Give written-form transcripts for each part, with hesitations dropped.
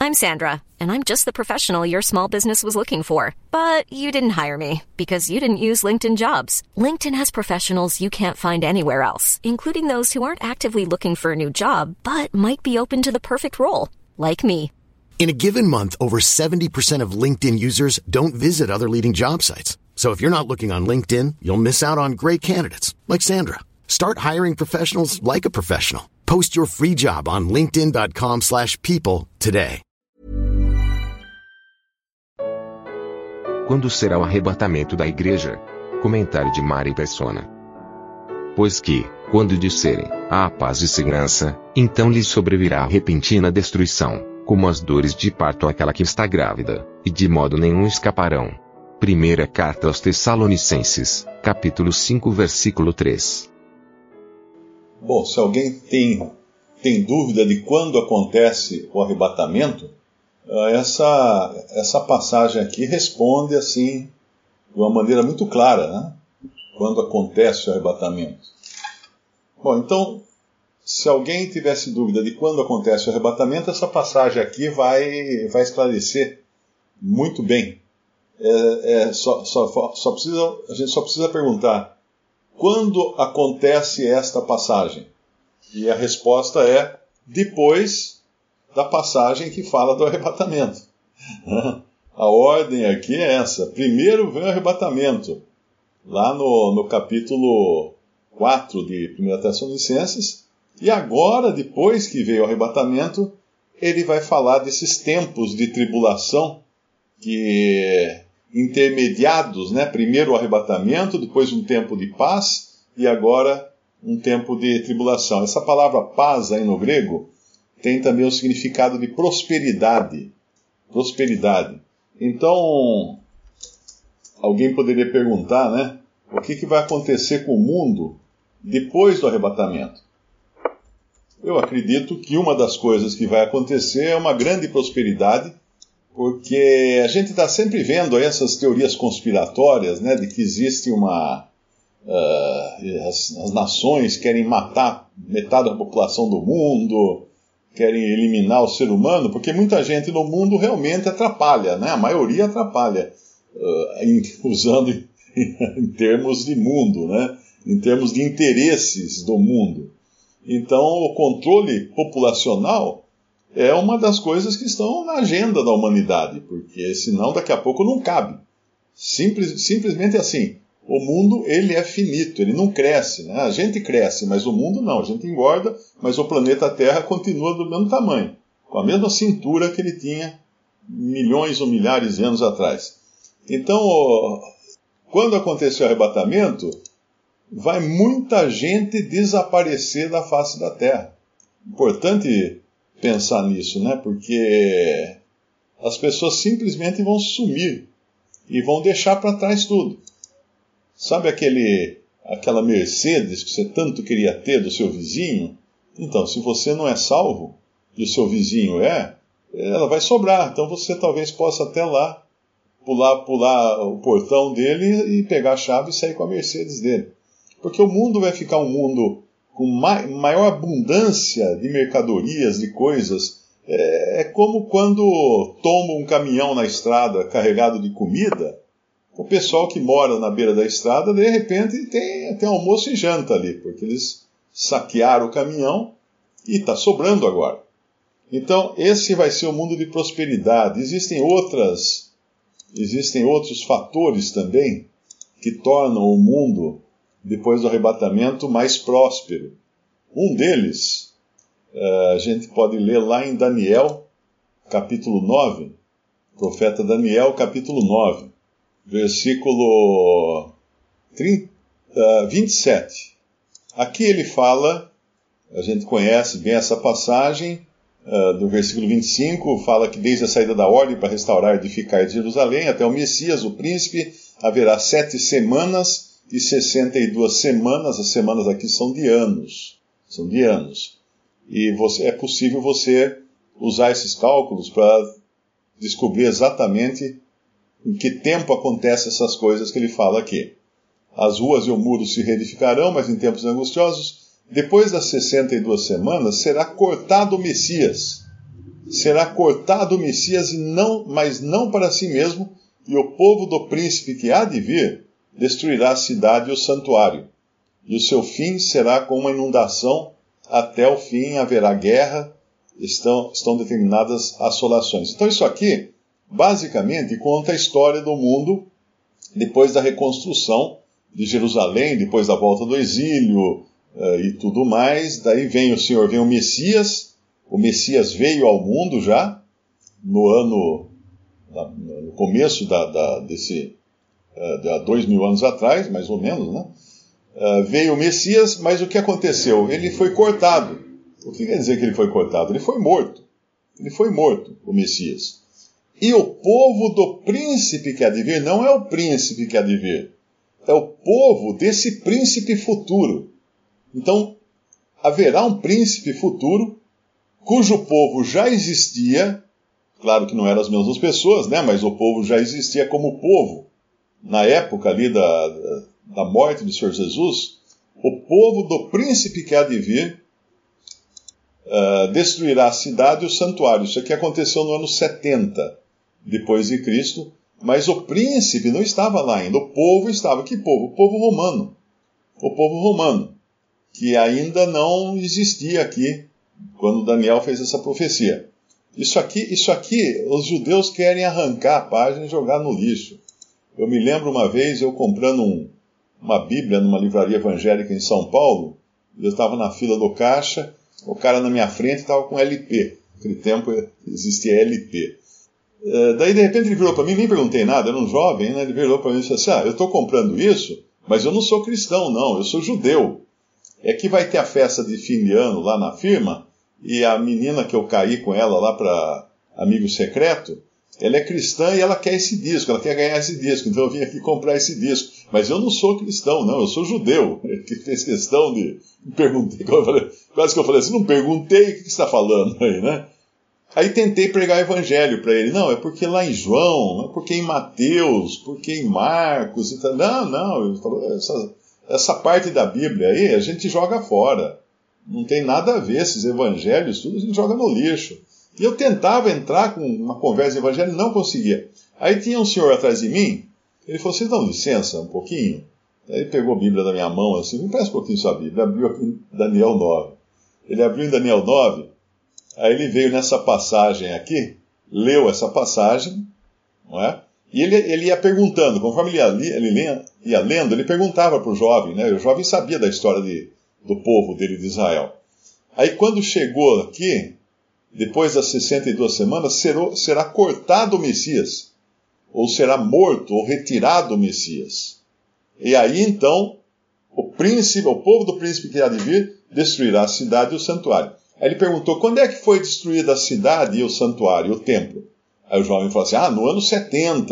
I'm Sandra, and I'm just the professional your small business was looking for. But you didn't hire me because you didn't use LinkedIn Jobs. LinkedIn has professionals you can't find anywhere else, including those who aren't actively looking for a new job, but might be open to the perfect role, like me. In a given month, over 70% of LinkedIn users don't visit other leading job sites. So if you're not looking on LinkedIn, you'll miss out on great candidates, like Sandra. Start hiring professionals like a professional. Post your free job on linkedin.com/people today. Quando será o arrebatamento da igreja? Comentário de Mari Persona. Pois que, quando disserem, há paz e segurança, então lhes sobrevirá a repentina destruição, como as dores de parto àquela que está grávida, e de modo nenhum escaparão. Primeira carta aos Tessalonicenses, capítulo 5, versículo 3. Bom, se alguém tem dúvida de quando acontece o arrebatamento, essa passagem aqui responde assim, de uma maneira muito clara, né? Quando acontece o arrebatamento. Bom, então, se alguém tivesse dúvida de quando acontece o arrebatamento, essa passagem aqui vai esclarecer muito bem. A gente só precisa perguntar, quando acontece esta passagem? E a resposta é depois da passagem que fala do arrebatamento. A ordem aqui é essa. Primeiro vem o arrebatamento, lá no capítulo 4 de 1 Tessalonicenses, e agora, depois que veio o arrebatamento, ele vai falar desses tempos de tribulação que intermediados, né? Primeiro o arrebatamento, depois um tempo de paz e agora um tempo de tribulação. Essa palavra paz aí no grego tem também o significado de prosperidade. Prosperidade. Então, alguém poderia perguntar, né? O que vai acontecer com o mundo depois do arrebatamento? Eu acredito que uma das coisas que vai acontecer é uma grande prosperidade, porque a gente está sempre vendo aí essas teorias conspiratórias, né, de que existe as nações querem matar metade da população do mundo, querem eliminar o ser humano, porque muita gente no mundo realmente atrapalha, né? A maioria atrapalha, usando em termos de mundo, né? Em termos de interesses do mundo. Então, o controle populacional é uma das coisas que estão na agenda da humanidade, porque senão daqui a pouco não cabe. Simplesmente assim, o mundo ele é finito, ele não cresce, né? A gente cresce, mas o mundo não, a gente engorda, mas o planeta Terra continua do mesmo tamanho, com a mesma cintura que ele tinha milhões ou milhares de anos atrás. Então, quando acontecer o arrebatamento, vai muita gente desaparecer da face da Terra. Importante pensar nisso, né? Porque as pessoas simplesmente vão sumir e vão deixar para trás tudo. Sabe aquela Mercedes que você tanto queria ter do seu vizinho? Então, se você não é salvo e o seu vizinho ela vai sobrar. Então você talvez possa até lá pular o portão dele e pegar a chave e sair com a Mercedes dele. Porque o mundo vai ficar um mundo com maior abundância de mercadorias, de coisas. É como quando toma um caminhão na estrada carregado de comida, o pessoal que mora na beira da estrada, de repente, tem almoço e janta ali, porque eles saquearam o caminhão e está sobrando agora. Então, esse vai ser o mundo de prosperidade. Existem outros fatores também que tornam o mundo, depois do arrebatamento, mais próspero. Um deles, a gente pode ler lá em Daniel, capítulo 9, profeta Daniel, capítulo 9, versículo 27. Aqui ele fala, a gente conhece bem essa passagem, do versículo 25, fala que desde a saída da ordem para restaurar e edificar Jerusalém até o Messias, o príncipe, haverá 7 semanas e 62 semanas. As semanas aqui são de anos. São de anos. E é possível você usar esses cálculos para descobrir exatamente em que tempo acontecem essas coisas que ele fala aqui. As ruas e o muro se reedificarão, mas em tempos angustiosos. Depois das 62 semanas, será cortado o Messias. será cortado o Messias, mas não para si mesmo, e o povo do príncipe que há de vir destruirá a cidade e o santuário. E o seu fim será como uma inundação, até o fim haverá guerra, estão determinadas assolações. Então isso aqui, basicamente, conta a história do mundo depois da reconstrução de Jerusalém, depois da volta do exílio e tudo mais. Daí vem o Messias. O Messias veio ao mundo já, no começo desse 2000 anos atrás, mais ou menos, né? Veio o Messias, mas o que aconteceu? Ele foi cortado. O que quer dizer que ele foi cortado? Ele foi morto. Ele foi morto, o Messias. E o povo do príncipe que há de vir, não é o príncipe que há de vir, é o povo desse príncipe futuro. Então, haverá um príncipe futuro, cujo povo já existia, claro que não eram as mesmas pessoas, né? Mas o povo já existia como povo. Na época ali da morte do Senhor Jesus, o povo do príncipe que há de vir destruirá a cidade e o santuário. Isso aqui aconteceu no ano 70 depois de Cristo, mas o príncipe não estava lá ainda. O povo estava. Que povo? O povo romano. O povo romano, que ainda não existia aqui quando Daniel fez essa profecia. Isso aqui, os judeus querem arrancar a página e jogar no lixo. Eu me lembro uma vez, eu comprando uma Bíblia numa livraria evangélica em São Paulo, eu estava na fila do caixa, o cara na minha frente estava com LP. Naquele tempo existia LP. Daí, de repente, ele virou para mim, nem perguntei nada, era um jovem, né? Ele virou para mim e disse assim, eu estou comprando isso, mas eu não sou cristão, não, eu sou judeu. É que vai ter a festa de fim de ano lá na firma, e a menina que eu caí com ela lá para amigo secreto, ela é cristã e ela quer esse disco, ela quer ganhar esse disco, então eu vim aqui comprar esse disco. Mas eu não sou cristão, não, eu sou judeu. Ele fez questão de... Me perguntei, quase que eu falei assim, não perguntei o que você está falando aí, né? Aí tentei pregar o evangelho para ele. Não, é porque lá em João, é porque em Mateus, porque em Marcos. E tal. Não, ele falou, essa parte da Bíblia aí a gente joga fora. Não tem nada a ver, esses evangelhos, tudo a gente joga no lixo. E eu tentava entrar com uma conversa de evangelho e não conseguia. Aí tinha um senhor atrás de mim, ele falou, vocês dão licença um pouquinho? Aí ele pegou a Bíblia da minha mão assim, me presta um pouquinho sua Bíblia. Ele abriu aqui em Daniel 9. Ele abriu em Daniel 9, aí ele veio nessa passagem aqui, leu essa passagem, não é? E ele ia perguntando, conforme ele ia lendo, ele perguntava para o jovem, né? O jovem sabia da história do povo dele de Israel. Aí quando chegou aqui, depois das 62 semanas, será cortado o Messias, ou será morto, ou retirado o Messias. E aí então, o povo do príncipe que há de vir, destruirá a cidade e o santuário. Aí ele perguntou, quando é que foi destruída a cidade e o santuário, e o templo? Aí o jovem falou assim, no ano 70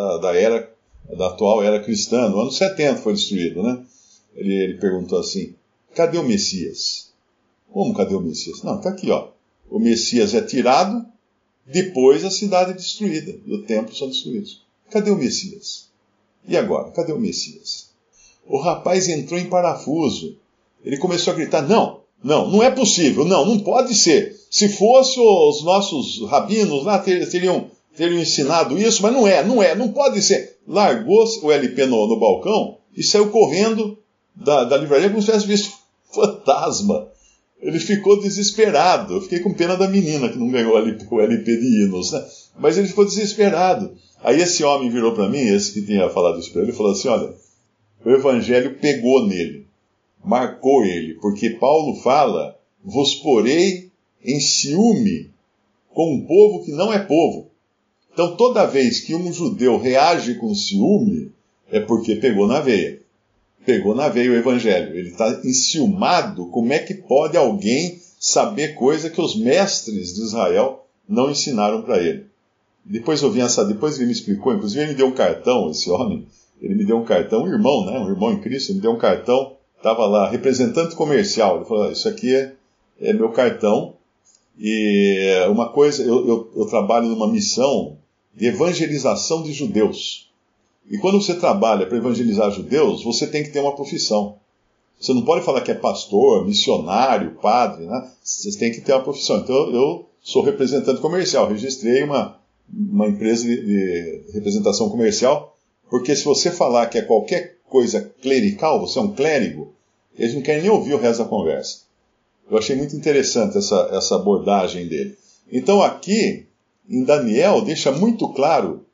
da atual era cristã, no ano 70 foi destruído, né? Ele perguntou assim, cadê o Messias? Como cadê o Messias? Não, está aqui, ó. O Messias é tirado, depois a cidade é destruída, e o templo são destruídos. Cadê o Messias? E agora? Cadê o Messias? O rapaz entrou em parafuso. Ele começou a gritar, não é possível, não pode ser. Se fosse os nossos rabinos lá, teriam ensinado isso, mas não pode ser. Largou o LP no balcão e saiu correndo da livraria como se tivesse visto fantasma. Ele ficou desesperado. Eu fiquei com pena da menina que não ganhou o LP de hinos, né? Mas ele ficou desesperado. Aí esse homem virou para mim, esse que tinha falado isso para ele, falou assim, olha, o evangelho pegou nele, marcou ele, porque Paulo fala, vos porei em ciúme com um povo que não é povo. Então toda vez que um judeu reage com ciúme, é porque pegou na veia. Pegou na veia o evangelho. Ele está enciumado. Como é que pode alguém saber coisa que os mestres de Israel não ensinaram para ele? Depois ele me explicou, inclusive ele me deu um cartão, esse homem, ele me deu um cartão, um irmão, né? Um irmão em Cristo, ele me deu um cartão, estava lá, representante comercial. Ele falou, isso aqui é meu cartão. E uma coisa, eu trabalho numa missão de evangelização de judeus. E quando você trabalha para evangelizar judeus, você tem que ter uma profissão. Você não pode falar que é pastor, missionário, padre, né? Você tem que ter uma profissão. Então eu sou representante comercial, registrei uma empresa de representação comercial, porque se você falar que é qualquer coisa clerical, você é um clérigo, eles não querem nem ouvir o resto da conversa. Eu achei muito interessante essa abordagem dele. Então aqui, em Daniel, deixa muito claro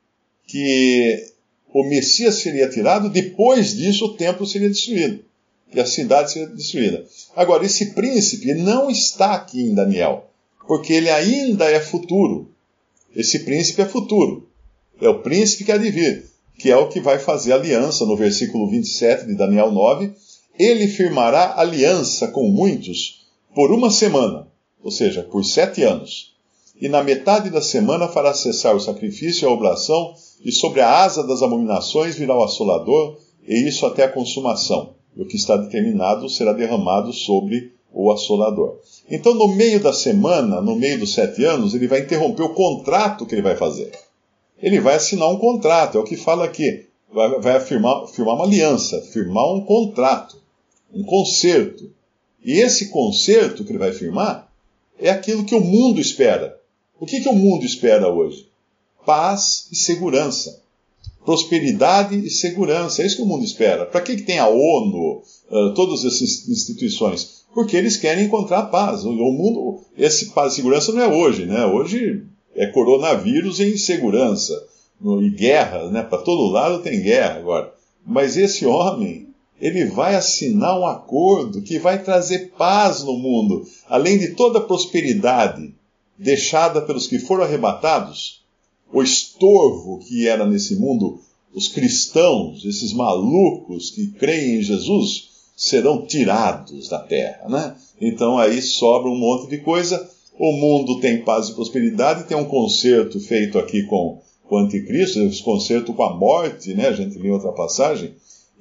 que o Messias seria tirado, depois disso o templo seria destruído, e a cidade seria destruída. Agora, esse príncipe não está aqui em Daniel, porque ele ainda é futuro. Esse príncipe é futuro. É o príncipe que há de vir, que é o que vai fazer aliança no versículo 27 de Daniel 9. Ele firmará aliança com muitos por 1 semana, ou seja, por 7 anos. E na metade da semana fará cessar o sacrifício e a oblação, e sobre a asa das abominações virá o assolador, e isso até a consumação. E o que está determinado será derramado sobre o assolador. Então, no meio da semana, no meio dos 7 anos, ele vai interromper o contrato que ele vai fazer. Ele vai assinar um contrato, é o que fala aqui. Vai firmar uma aliança, firmar um contrato, um concerto. E esse concerto que ele vai firmar é aquilo que o mundo espera. O que o mundo espera hoje? Paz e segurança. Prosperidade e segurança. É isso que o mundo espera. Para que tem a ONU, todas essas instituições? Porque eles querem encontrar paz. O mundo, esse paz e segurança não é hoje, né? Hoje é coronavírus e insegurança. E guerra, né? Para todo lado tem guerra agora. Mas esse homem, ele vai assinar um acordo que vai trazer paz no mundo. Além de toda a prosperidade deixada pelos que foram arrebatados, o estorvo que era nesse mundo, os cristãos, esses malucos que creem em Jesus, serão tirados da terra, né? Então aí sobra um monte de coisa. O mundo tem paz e prosperidade, tem um concerto feito aqui com o anticristo, esse concerto com a morte, né? A gente lê outra passagem,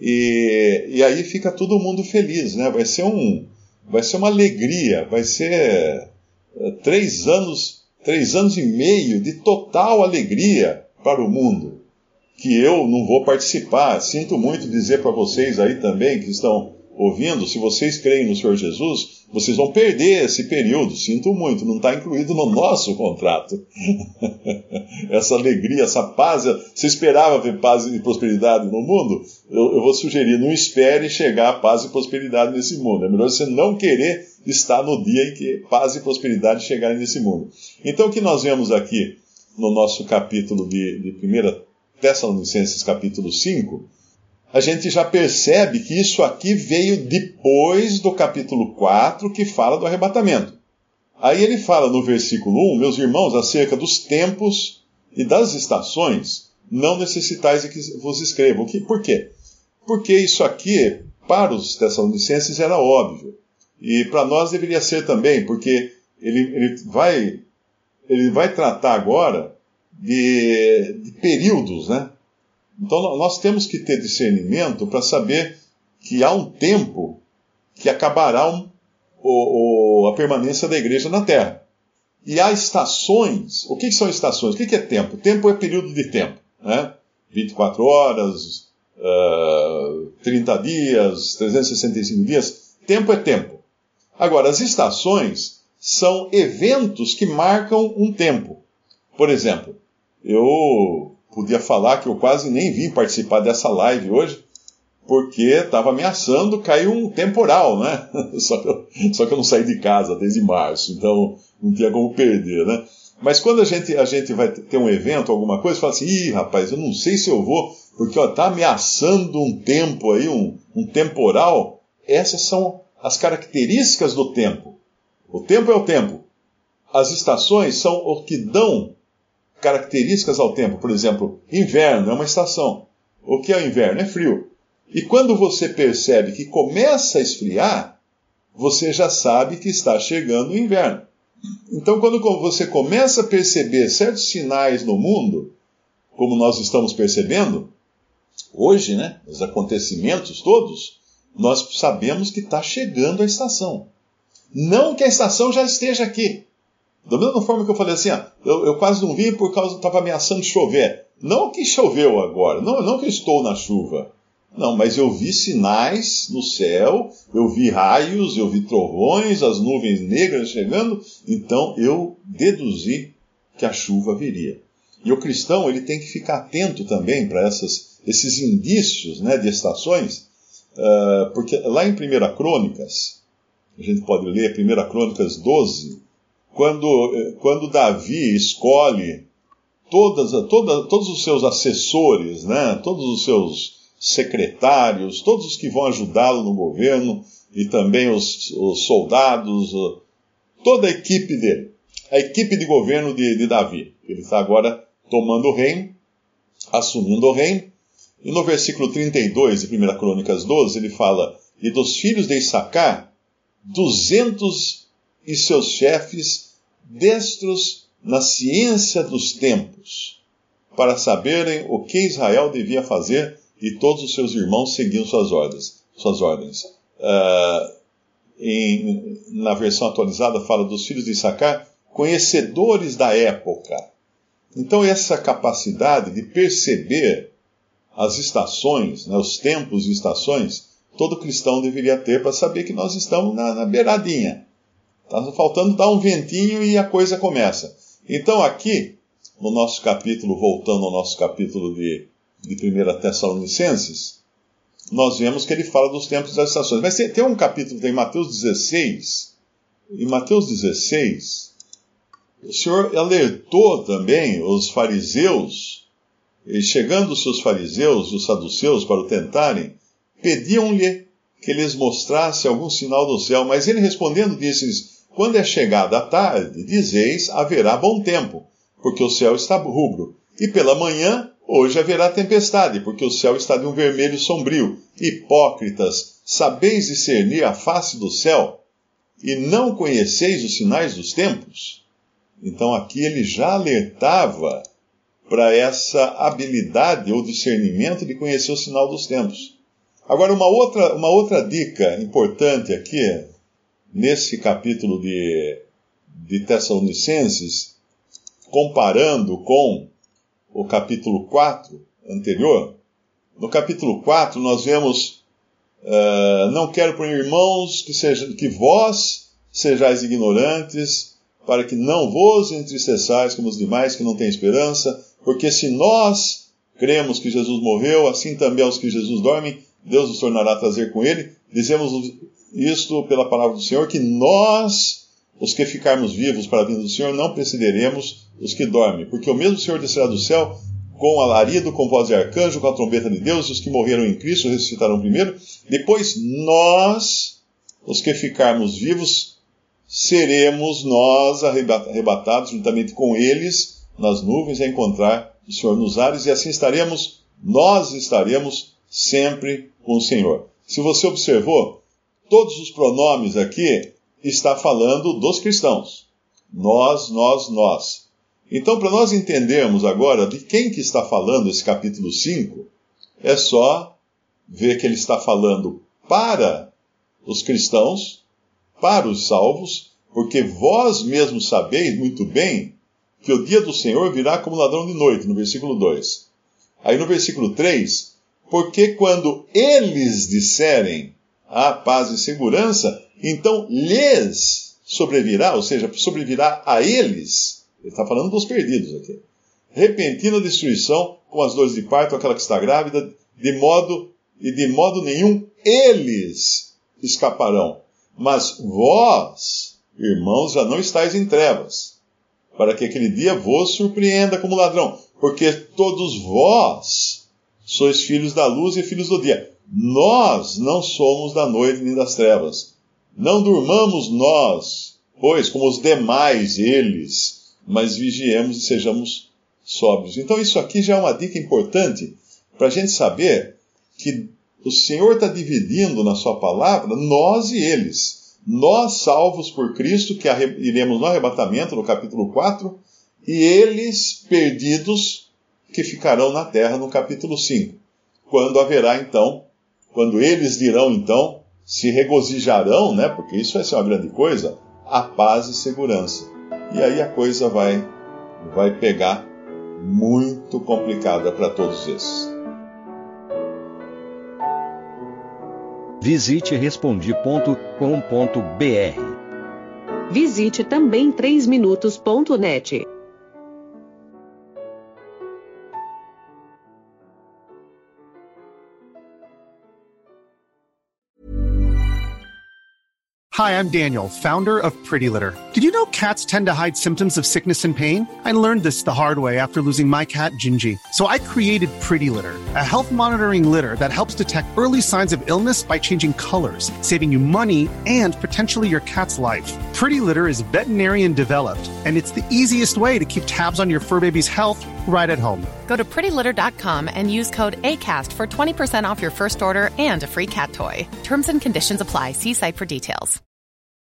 e aí fica todo mundo feliz, né? Vai ser uma alegria, vai ser 3 anos e meio de total alegria para o mundo, que eu não vou participar. Sinto muito dizer para vocês aí também que estão ouvindo, se vocês creem no Senhor Jesus, vocês vão perder esse período. Sinto muito, não está incluído no nosso contrato. Essa alegria, essa paz. Você esperava ver paz e prosperidade no mundo? Eu vou sugerir, não espere chegar a paz e prosperidade nesse mundo. É melhor você não querer estar no dia em que paz e prosperidade chegarem nesse mundo. Então o que nós vemos aqui no nosso capítulo de 1 Tessalonicenses capítulo 5, a gente já percebe que isso aqui veio depois do capítulo 4, que fala do arrebatamento. Aí ele fala no versículo 1, meus irmãos, acerca dos tempos e das estações, não necessitais de que vos escrevam. Por quê? Porque isso aqui, para os Tessalonicenses, era óbvio. E para nós deveria ser também, porque ele vai tratar agora de períodos, né? Então nós temos que ter discernimento para saber que há um tempo que acabará a permanência da igreja na Terra. E há estações. O que são estações? O que é tempo? Tempo é período de tempo, né? 24 horas, 30 dias, 365 dias. Tempo é tempo. Agora, as estações são eventos que marcam um tempo. Por exemplo, eu podia falar que eu quase nem vim participar dessa live hoje, porque estava ameaçando cair um temporal, né? Só que eu não saí de casa desde março, então não tinha como perder, né? Mas quando a gente vai ter um evento, alguma coisa, fala assim, ih, rapaz, eu não sei se eu vou, porque está ameaçando um tempo aí, um temporal. Essas são as características do tempo. O tempo é o tempo. As estações são o que dão características ao tempo. Por exemplo, inverno é uma estação. O que é o inverno? É frio. E quando você percebe que começa a esfriar, você já sabe que está chegando o inverno. Então, quando você começa a perceber certos sinais no mundo, como nós estamos percebendo, hoje, né, os acontecimentos todos, nós sabemos que está chegando a estação. Não que a estação já esteja aqui. Da mesma forma que eu falei assim, eu quase não vim por causa que estava ameaçando chover. Não que choveu agora, não que eu estou na chuva. Não, mas eu vi sinais no céu, eu vi raios, eu vi trovões, as nuvens negras chegando, então eu deduzi que a chuva viria. E o cristão, ele tem que ficar atento também para esses indícios, né, de estações, porque lá em 1 Crônicas, a gente pode ler 1 Crônicas 12, quando Davi escolhe todos os seus assessores, né, todos os seus secretários, todos os que vão ajudá-lo no governo, e também os soldados, toda a equipe dele, a equipe de governo de Davi. Ele está agora tomando o reino, assumindo o reino, e no versículo 32 de 1 Crônicas 12, ele fala: e dos filhos de Issacar, 200 e seus chefes, destros na ciência dos tempos, para saberem o que Israel devia fazer, e todos os seus irmãos seguiam suas ordens. Na versão atualizada fala dos filhos de Issacar, conhecedores da época. Então essa capacidade de perceber as estações, né, os tempos e estações, todo cristão deveria ter para saber que nós estamos na beiradinha. Está faltando dar um ventinho e a coisa começa. Então aqui, no nosso capítulo, voltando ao nosso capítulo de 1 Tessalonicenses, nós vemos que ele fala dos tempos e das estações. Mas tem um capítulo, tem Mateus 16. Em Mateus 16, o Senhor alertou também os fariseus, e chegando os seus fariseus, os saduceus, para o tentarem, pediam-lhe que lhes mostrasse algum sinal do céu. Mas ele respondendo disse-lhes: quando é chegada a tarde, dizeis, haverá bom tempo, porque o céu está rubro. E pela manhã, hoje haverá tempestade, porque o céu está de um vermelho sombrio. Hipócritas, sabeis discernir a face do céu, e não conheceis os sinais dos tempos? Então aqui ele já alertava para essa habilidade ou discernimento de conhecer o sinal dos tempos. Agora, uma outra dica importante aqui, nesse capítulo de Tessalonicenses, comparando com o capítulo 4 anterior. No capítulo 4 nós vemos: não quero, por irmãos, que vós sejais ignorantes, para que não vos entristeçais como os demais que não têm esperança, porque se nós cremos que Jesus morreu, assim também aos que Jesus dormem, Deus os tornará a trazer com ele. Dizemos isto pela palavra do Senhor, que nós, os que ficarmos vivos para a vinda do Senhor, não precederemos os que dormem, porque o mesmo Senhor descerá do céu com alarido, com voz de arcanjo, com a trombeta de Deus, e os que morreram em Cristo ressuscitarão primeiro. Depois nós, os que ficarmos vivos, seremos nós arrebatados juntamente com eles nas nuvens a encontrar o Senhor nos ares, e assim nós estaremos sempre com o Senhor. Se você observou, todos os pronomes aqui está falando dos cristãos. Nós. Então, para nós entendermos agora de quem que está falando esse capítulo 5, é só ver que ele está falando para os cristãos, para os salvos, porque vós mesmos sabeis muito bem que o dia do Senhor virá como ladrão de noite, no versículo 2. Aí no versículo 3, porque quando eles disserem a paz e segurança, então lhes sobrevirá, ou seja, sobrevirá a eles. Ele está falando dos perdidos aqui. Repentina destruição, com as dores de parto, aquela que está grávida, de modo nenhum eles escaparão. Mas vós, irmãos, já não estáis em trevas, para que aquele dia vos surpreenda como ladrão, porque todos vós sois filhos da luz e filhos do dia. Nós não somos da noite nem das trevas. Não durmamos nós, pois, como os demais eles, mas vigiemos e sejamos sóbrios. Então isso aqui já é uma dica importante para a gente saber que o Senhor está dividindo na sua palavra nós e eles. Nós salvos por Cristo, que iremos no arrebatamento, no capítulo 4, e eles perdidos, que ficarão na terra, no capítulo 5. Quando eles dirão então, se regozijarão, né, porque isso vai ser uma grande coisa, a paz e segurança. E aí a coisa vai pegar muito complicada para todos esses. Visite respondi.com.br. Visite também 3minutos.net. Hi, I'm Daniel, founder of Pretty Litter. Did you know cats tend to hide symptoms of sickness and pain? I learned this the hard way after losing my cat, Gingy. So I created Pretty Litter, a health monitoring litter that helps detect early signs of illness by changing colors, saving you money and potentially your cat's life. Pretty Litter is veterinarian developed, and it's the easiest way to keep tabs on your fur baby's health right at home. Go to prettylitter.com and use code ACAST for 20% off your first order and a free cat toy. Terms and conditions apply. See site for details.